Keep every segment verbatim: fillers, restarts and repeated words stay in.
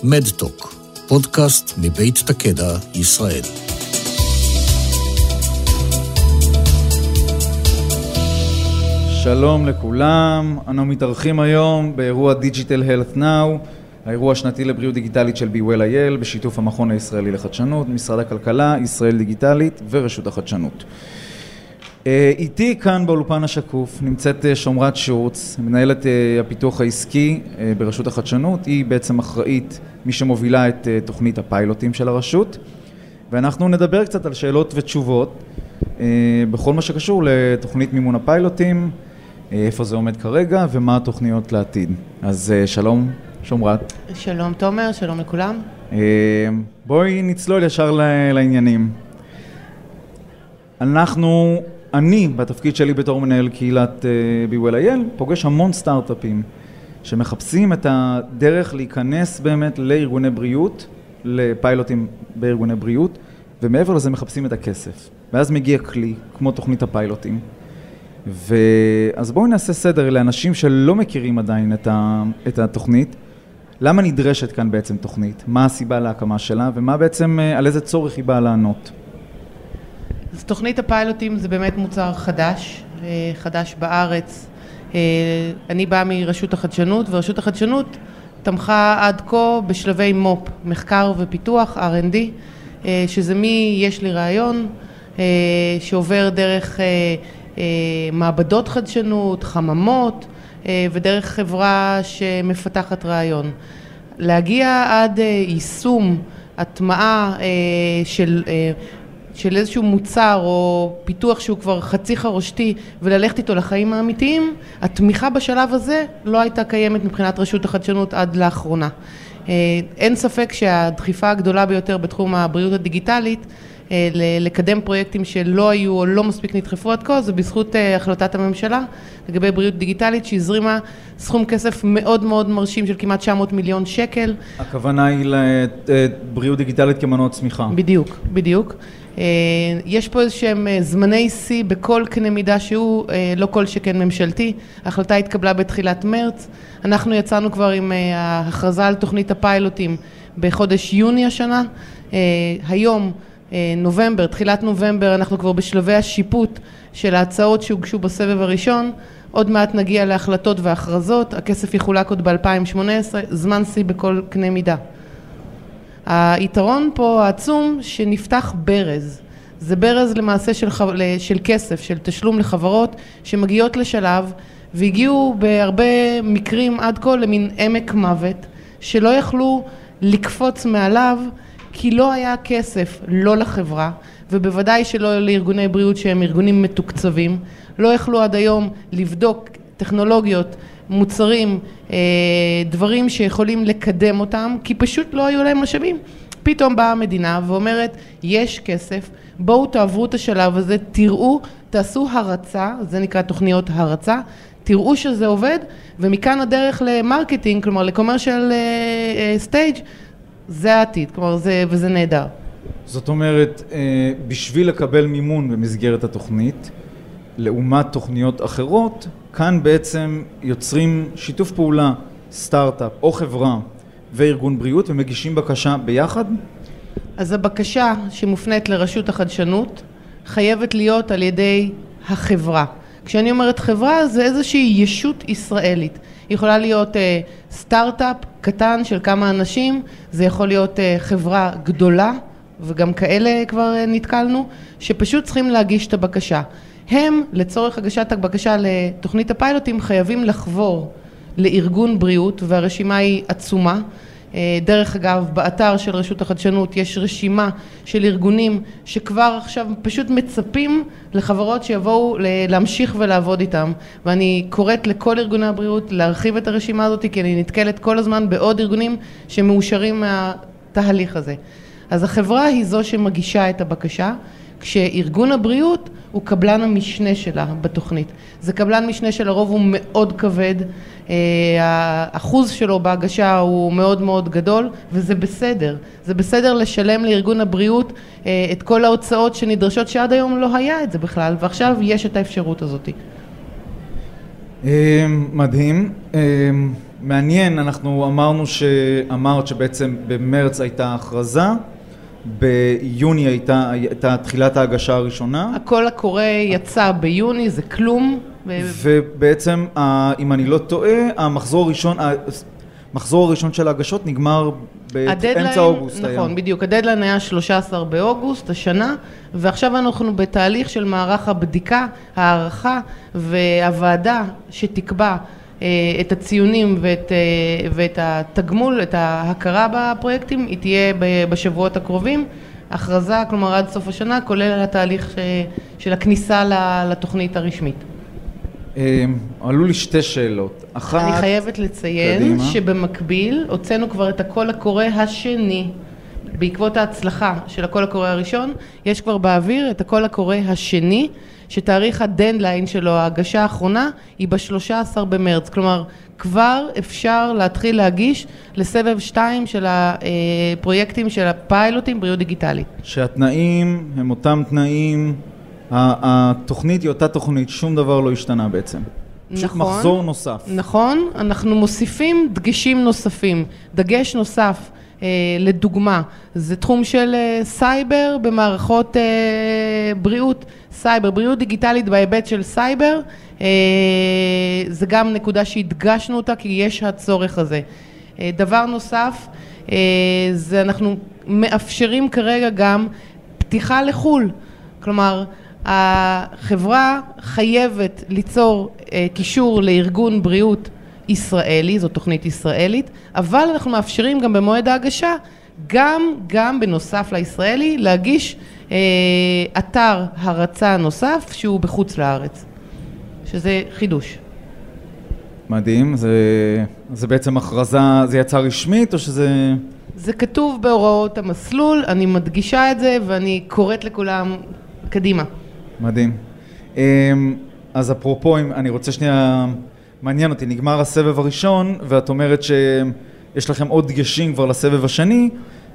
מדטוק, פודקאסט מבית תקדע, ישראל. שלום לכולם, אנו מתארחים היום באירוע Digital Health Now, האירוע השנתי לבריאות דיגיטלית של בי וול איי אל, בשיתוף המכון הישראלי לחדשנות, משרד הכלכלה, ישראל דיגיטלית ורשות החדשנות. איתי כאן באולפן השקוף נמצאת שומרת שורץ, מנהלת הפיתוח העסקי ברשות החדשנות, היא בעצם אחראית מי שמובילה את תוכנית הפיילוטים של הרשות, ואנחנו נדבר קצת על שאלות ותשובות בכל מה שקשור לתוכנית מימון הפיילוטים, איפה זה עומד כרגע ומה התוכניות לעתיד. אז שלום שומרת. שלום תומר, שלום לכולם. בואי נצלול ישר לעניינים. אנחנו, אני בתפקיד שלי בתור מנהל קהילת בי וול איי אל, פוגש המון סטארט-אפים שמחפשים את הדרך להיכנס באמת לארגוני בריאות, לפיילוטים בארגוני בריאות, ומעבר לזה מחפשים את הכסף. ואז מגיע כלי, כמו תוכנית הפיילוטים. ואז בואו נעשה סדר לאנשים שלא מכירים עדיין את, ה... את התוכנית. למה נדרשת כאן בעצם תוכנית? מה הסיבה להקמה שלה? ומה בעצם, על איזה צורך היא באה לענות? אז תוכנית הפיילוטים זה באמת מוצר חדש, חדש בארץ. אני באה מרשות החדשנות, ורשות החדשנות תמכה עד כה בשלבי מופ, מחקר ופיתוח, אר אנד די, שזה מי יש לי רעיון, שעובר דרך מעבדות חדשנות, חממות, ודרך חברה שמפתחת רעיון. להגיע עד יישום, הטמעה של, של איזשהו מוצר או פיתוח שהוא כבר חצי חרושתי וללכת איתו לחיים האמיתיים, התמיכה בשלב הזה לא הייתה קיימת מבחינת רשות החדשנות עד לאחרונה. אין ספק שהדחיפה הגדולה ביותר בתחום הבריאות הדיגיטלית לקדם פרויקטים שלא היו או לא מספיק נדחפו עד כה, זה בזכות החלטת הממשלה לגבי בריאות דיגיטלית שהזרימה סכום כסף מאוד מאוד מרשים של כמעט תשע מאות מיליון שקל. הכוונה היא לבריאות דיגיטלית כמנוע צמיחה. בדיוק, בדיוק. יש פה איזשהם זמני שיא בכל קנה מידה שהוא, לא כל שכן ממשלתי. ההחלטה התקבלה בתחילת מרץ. אנחנו יצאנו כבר עם ההכרזה על תוכנית הפיילוטים בחודש יוני השנה. היום נובמבר, תחילת נובמבר, אנחנו כבר בשלבי השיפוט של ההצעות שהוגשו בסבב הראשון, עוד מעט נגיע להחלטות והכרזות, הכסף יחולק עוד ב-אלפיים שמונה עשרה, זמן שיא בכל קנה מידה. היתרון פה העצום שנפתח ברז, זה ברז למעשה של, חו... של כסף, של תשלום לחברות שמגיעות לשלב, והגיעו בהרבה מקרים עד כה למין עמק מוות, שלא יכלו לקפוץ מעליו, כי לא היה כסף, לא לחברה, ובוודאי שלא לארגוני בריאות שהם ארגונים מתוקצבים, לא יכלו עד היום לבדוק טכנולוגיות, מוצרים, דברים שיכולים לקדם אותם, כי פשוט לא היו להם משאבים. פתאום באה המדינה ואומרת, יש כסף, בואו תעברו את השלב הזה, תראו, תעשו הרצה, זה נקרא תוכניות הרצה, תראו שזה עובד, ומכאן הדרך למרקטינג, כלומר לקומרשל סטייג', זה העתיד, כלומר זה, וזה נהדר. זאת אומרת, בשביל לקבל מימון במסגרת התוכנית, לעומת תוכניות אחרות, כאן בעצם יוצרים שיתוף פעולה, סטארט-אפ או חברה וארגון בריאות ומגישים בקשה ביחד? אז הבקשה שמופנית לרשות החדשנות חייבת להיות על ידי החברה. כשאני אומרת חברה, זה איזושהי ישות ישראלית. היא יכולה להיות אה, סטארט-אפ קטן של כמה אנשים, זה יכול להיות אה, חברה גדולה, וגם כאלה כבר אה, נתקלנו, שפשוט צריכים להגיש את הבקשה. הם, לצורך הגשת הבקשה לתוכנית הפיילוטים, חייבים לחבור לארגון בריאות, והרשימה היא עצומה. דרך אגב, באתר של רשות החדשנות יש רשימה של ארגונים שכבר עכשיו פשוט מצפים לחברות שיבואו להמשיך ולעבוד איתם. ואני קוראת לכל ארגוני הבריאות להרחיב את הרשימה הזאת, כי אני נתקלת כל הזמן בעוד ארגונים שמאושרים מהתהליך הזה. אז החברה היא זו שמגישה את הבקשה, כשארגון הבריאות הוא קבלן המשנה שלה בתוכנית. זה קבלן משנה שלרוב הוא מאוד כבד, האחוז שלו בהגשה הוא מאוד מאוד גדול, וזה בסדר. זה בסדר לשלם לארגון הבריאות את כל ההוצאות שנדרשות, שעד היום לא היה את זה בכלל, ועכשיו יש את האפשרות הזאת. מדהים. מעניין, אנחנו אמרנו שאמרת שבעצם במרץ הייתה הכרזה, ביוני הייתה, הייתה תחילת ההגשה הראשונה. הכל הקורא יצא ביוני, זה כלום. ובעצם, אם אני לא טועה, המחזור הראשון, המחזור הראשון של ההגשות נגמר באמצע אוגוסט. נכון, היום. בדיוק. הדדליין היה שלושה עשר באוגוסט השנה, ועכשיו אנחנו בתהליך של מערך הבדיקה, הערכה והוועדה שתקבע את הציונים ואת, ואת התגמול, את ההכרה בפרויקטים, היא תהיה בשבועות הקרובים. הכרזה, כלומר עד סוף השנה, כולל התהליך של הכניסה לתוכנית הרשמית. עלו לי שתי שאלות. אחת, אני חייבת לציין קדימה. שבמקביל הוצאנו כבר את הקול הקורא השני. בעקבות ההצלחה של הקול הקורא הראשון, יש כבר באוויר את הקול הקורא השני, שתאריך הדדליין שלו, ההגשה האחרונה, היא ב-שלושה עשר במרץ. כלומר, כבר אפשר להתחיל להגיש לסבב שתיים של הפרויקטים של הפיילוטים בריאות דיגיטלית. שהתנאים הם אותם תנאים, התוכנית היא אותה תוכנית, שום דבר לא השתנה בעצם. פשוט נכון, מחזור נוסף. נכון, אנחנו מוסיפים דגשים נוספים. דגש נוסף, אה, לדוגמה, זה תחום של אה, סייבר במערכות אה, בריאות, סייבר, בריאות דיגיטלית בהיבט של סייבר, אה, זה גם נקודה שהדגשנו אותה כי יש הצורך הזה. אה, דבר נוסף, אה, זה אנחנו מאפשרים כרגע גם פתיחה לחול, כלומר, החברה חייבת ליצור אה, קישור לארגון בריאות ישראלי, זו תוכנית ישראלית, אבל אנחנו מאפשרים גם במועד ההגשה, גם, גם בנוסף לישראלי, להגיש אה, אתר הרצה נוסף שהוא בחוץ לארץ, שזה חידוש. מדהים, זה, זה בעצם הכרזה, זה יצא רשמית או שזה... זה כתוב בהוראות המסלול, אני מדגישה את זה ואני קוראת לכולם קדימה. מדהים. אז אפרופו, אני רוצה שנייה, מעניין אותי, נגמר הסבב הראשון, ואת אומרת שיש לכם עוד דגשים כבר לסבב השני.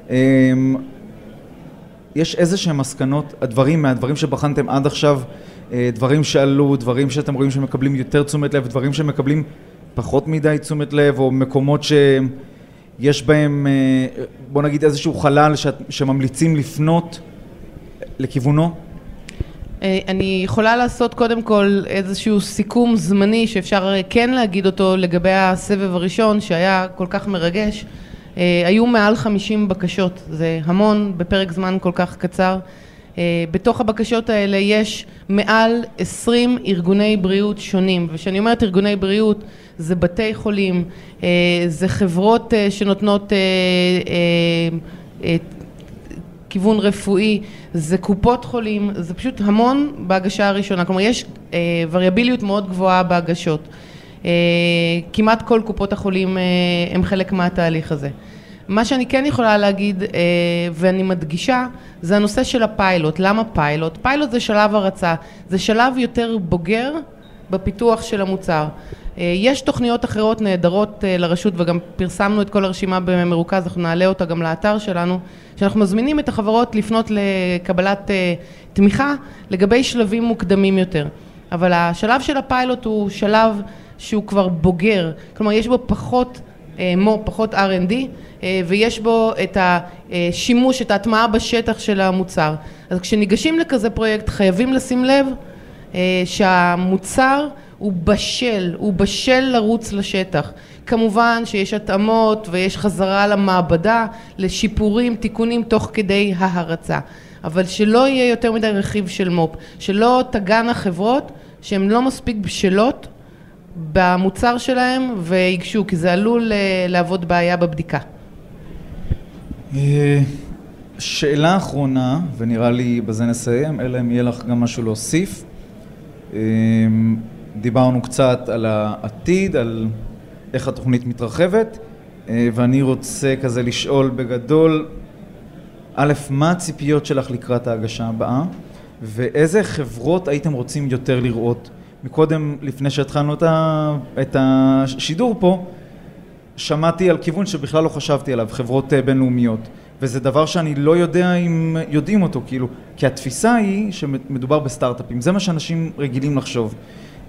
יש איזה שהם מסקנות, הדברים מהדברים שבחנתם עד עכשיו, דברים שעלו, דברים שאתם רואים שמקבלים יותר תשומת לב, דברים שמקבלים פחות מדי תשומת לב, או מקומות שיש בהם, בוא נגיד, איזשהו חלל שממליצים לפנות לכיוונו? אני יכולה לעשות קודם כל איזשהו סיכום זמני שאפשר כן להגיד אותו לגבי הסבב הראשון שהיה כל כך מרגש. היו מעל חמישים בקשות, זה המון בפרק זמן כל כך קצר. בתוך הבקשות האלה יש מעל עשרים ארגוני בריאות שונים, וכשאני אומרת ארגוני בריאות זה בתי חולים, זה חברות שנותנות כיוון רפואי, זה קופות חולים, זה פשוט המון בהגשה הראשונה, כלומר יש אה, וריאביליות מאוד גבוהה בהגשות. אה, כמעט כל קופות החולים אה, הם חלק מהתהליך הזה. מה שאני כן יכולה להגיד, אה, ואני מדגישה, זה הנושא של הפיילוט. למה פיילוט? פיילוט זה שלב הרצה, זה שלב יותר בוגר בפיתוח של המוצר. יש תוכניות אחרות נהדרות לרשות וגם פרסמנו את כל הרשימה במרוכז, אנחנו נעלה אותה גם לאתר שלנו, שאנחנו מזמינים את החברות לפנות לקבלת תמיכה לגבי שלבים מוקדמים יותר. אבל השלב של הפיילוט הוא שלב שהוא כבר בוגר, כלומר יש בו פחות מו, פחות אר אנד די, ויש בו את השימוש, את ההטמעה בשטח של המוצר. אז כשניגשים לכזה פרויקט חייבים לשים לב שהמוצר הוא בשל, הוא בשל לרוץ לשטח. כמובן שיש התאמות ויש חזרה למעבדה, לשיפורים, תיקונים תוך כדי ההרצה. אבל שלא יהיה יותר מדי רכיב של מופ, שלא תגענה חברות שהן לא מספיק בשלות במוצר שלהם ויגשו, כי זה עלול לעבוד בעיה בבדיקה. שאלה אחרונה, ונראה לי בזה נסיים, אלא אם יהיה לך גם משהו להוסיף. דיברנו קצת על העתיד, על איך התוכנית מתרחבת, ואני רוצה כזה לשאול בגדול, א', מה הציפיות שלך לקראת ההגשה הבאה, ואיזה חברות הייתם רוצים יותר לראות? מקודם, לפני שהתחלנו את השידור פה, שמעתי על כיוון שבכלל לא חשבתי עליו, חברות בינלאומיות, וזה דבר שאני לא יודע אם יודעים אותו, כאילו, כי התפיסה היא שמדובר בסטארט-אפים, זה מה שאנשים רגילים לחשוב.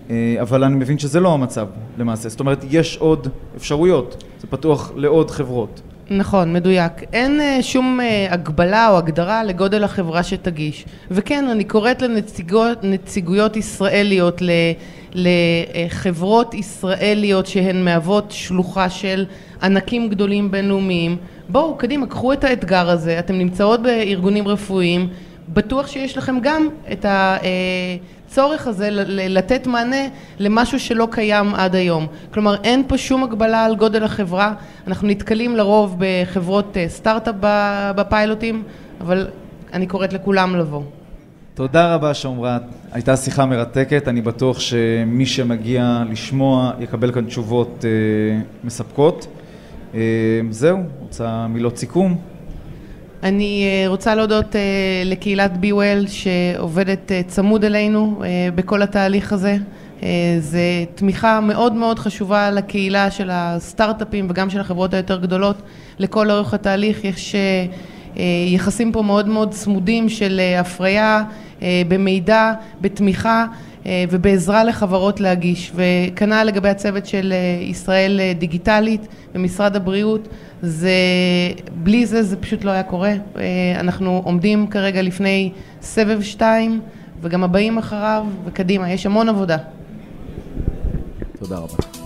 אבל אני מבין שזה לא המצב למעשה. זאת אומרת, יש עוד אפשרויות. זה פתוח לעוד חברות. נכון, מדויק. אין שום הגבלה או הגדרה לגודל החברה שתגיש. וכן, אני קוראת לנציגויות, נציגויות ישראליות, לחברות ישראליות שהן מהוות שלוחה של ענקים גדולים בינלאומיים. בואו, קדימה, קחו את האתגר הזה. אתם נמצאות בארגונים רפואיים. בטוח שיש לכם גם את הצורך הזה לתת מענה למשהו שלא קיים עד היום. כלומר, אין פה שום הגבלה על גודל החברה. אנחנו נתקלים לרוב בחברות סטארט-אפ בפיילוטים, אבל אני קוראת לכולם לבוא. תודה רבה שומרת, הייתה שיחה מרתקת, אני בטוח שמי שמגיע לשמוע יקבל כאן תשובות מספקות. זהו, רוצה מילות סיכום? אני רוצה להודות לקהילת ביוול שעובדת צמוד אלינו בכל התהליך הזה. זה תמיכה מאוד מאוד חשובה לקהילה של הסטארט-אפים וגם של החברות היותר גדולות. לכל אורך התהליך יש יחסים פה מאוד מאוד צמודים של הפריה, במידע, בתמיכה ובעזרה לחברות להגיש. וכנ"ל לגבי הצוות של ישראל דיגיטלית ומשרד הבריאות, זה, בלי זה זה פשוט לא היה קורה. אנחנו עומדים כרגע לפני סבב שתיים וגם הבאים אחריו וקדימה, יש המון עבודה. תודה רבה.